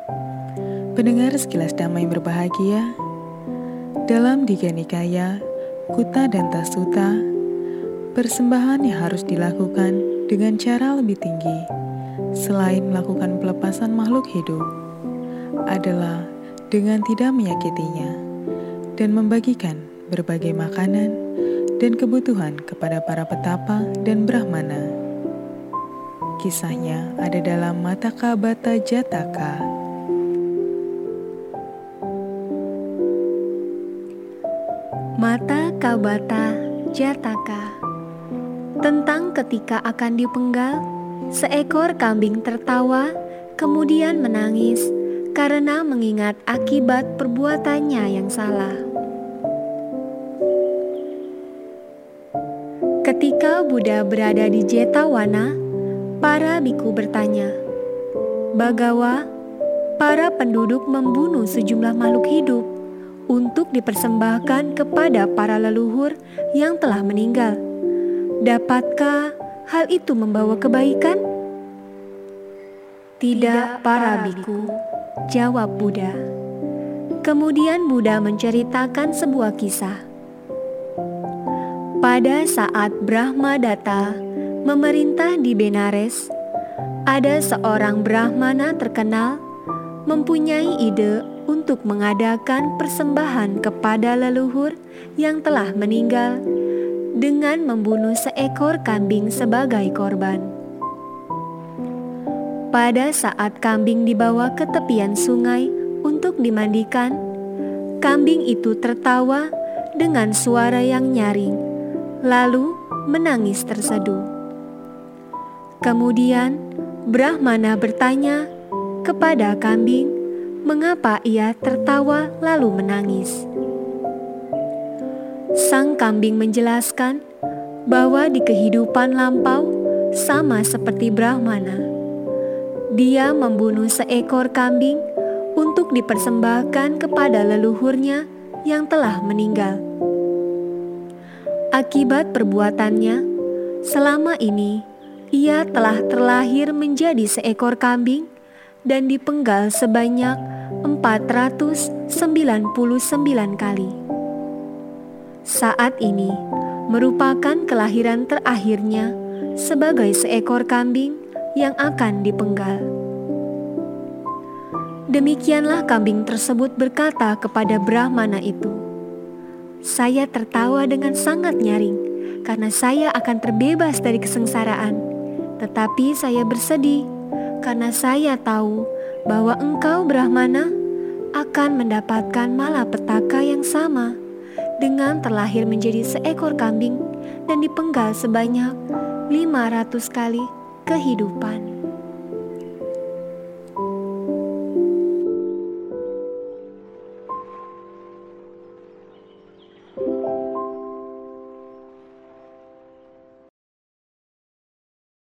Pendengar sekilas damai berbahagia, dalam Diga Nikaya, Kutta dan Tasuta, persembahan yang harus dilakukan dengan cara lebih tinggi, selain melakukan pelepasan makhluk hidup, adalah dengan tidak menyakitinya dan membagikan berbagai makanan dan kebutuhan kepada para petapa dan brahmana. Kisahnya ada dalam Mataka Bhatta Jataka. Mataka Bhatta Jataka. Tentang ketika akan dipenggal, seekor kambing tertawa, kemudian menangis karena mengingat akibat perbuatannya yang salah. Ketika Buddha berada di Jetavana, para biku bertanya, "Bagawa, para penduduk membunuh sejumlah makhluk hidup untuk dipersembahkan kepada para leluhur yang telah meninggal. Dapatkah hal itu membawa kebaikan?" "Tidak, para biku," jawab Buddha. Kemudian Buddha menceritakan sebuah kisah. Pada saat Brahmadatta memerintah di Benares, ada seorang Brahmana terkenal mempunyai ide untuk mengadakan persembahan kepada leluhur yang telah meninggal dengan membunuh seekor kambing sebagai korban. Pada saat kambing dibawa ke tepian sungai untuk dimandikan, kambing itu tertawa dengan suara yang nyaring, lalu menangis terseduh. Kemudian Brahmana bertanya kepada kambing mengapa ia tertawa lalu menangis. Sang kambing menjelaskan bahwa di kehidupan lampau sama seperti Brahmana, dia membunuh seekor kambing untuk dipersembahkan kepada leluhurnya yang telah meninggal. Akibat perbuatannya, selama ini ia telah terlahir menjadi seekor kambing dan dipenggal sebanyak 499 kali. Saat ini merupakan kelahiran terakhirnya sebagai seekor kambing yang akan dipenggal. Demikianlah kambing tersebut berkata kepada Brahmana itu, "Saya tertawa dengan sangat nyaring karena saya akan terbebas dari kesengsaraan. Tetapi saya bersedih karena saya tahu bahwa engkau Brahmana akan mendapatkan malapetaka yang sama dengan terlahir menjadi seekor kambing dan dipenggal sebanyak 500 kali kehidupan."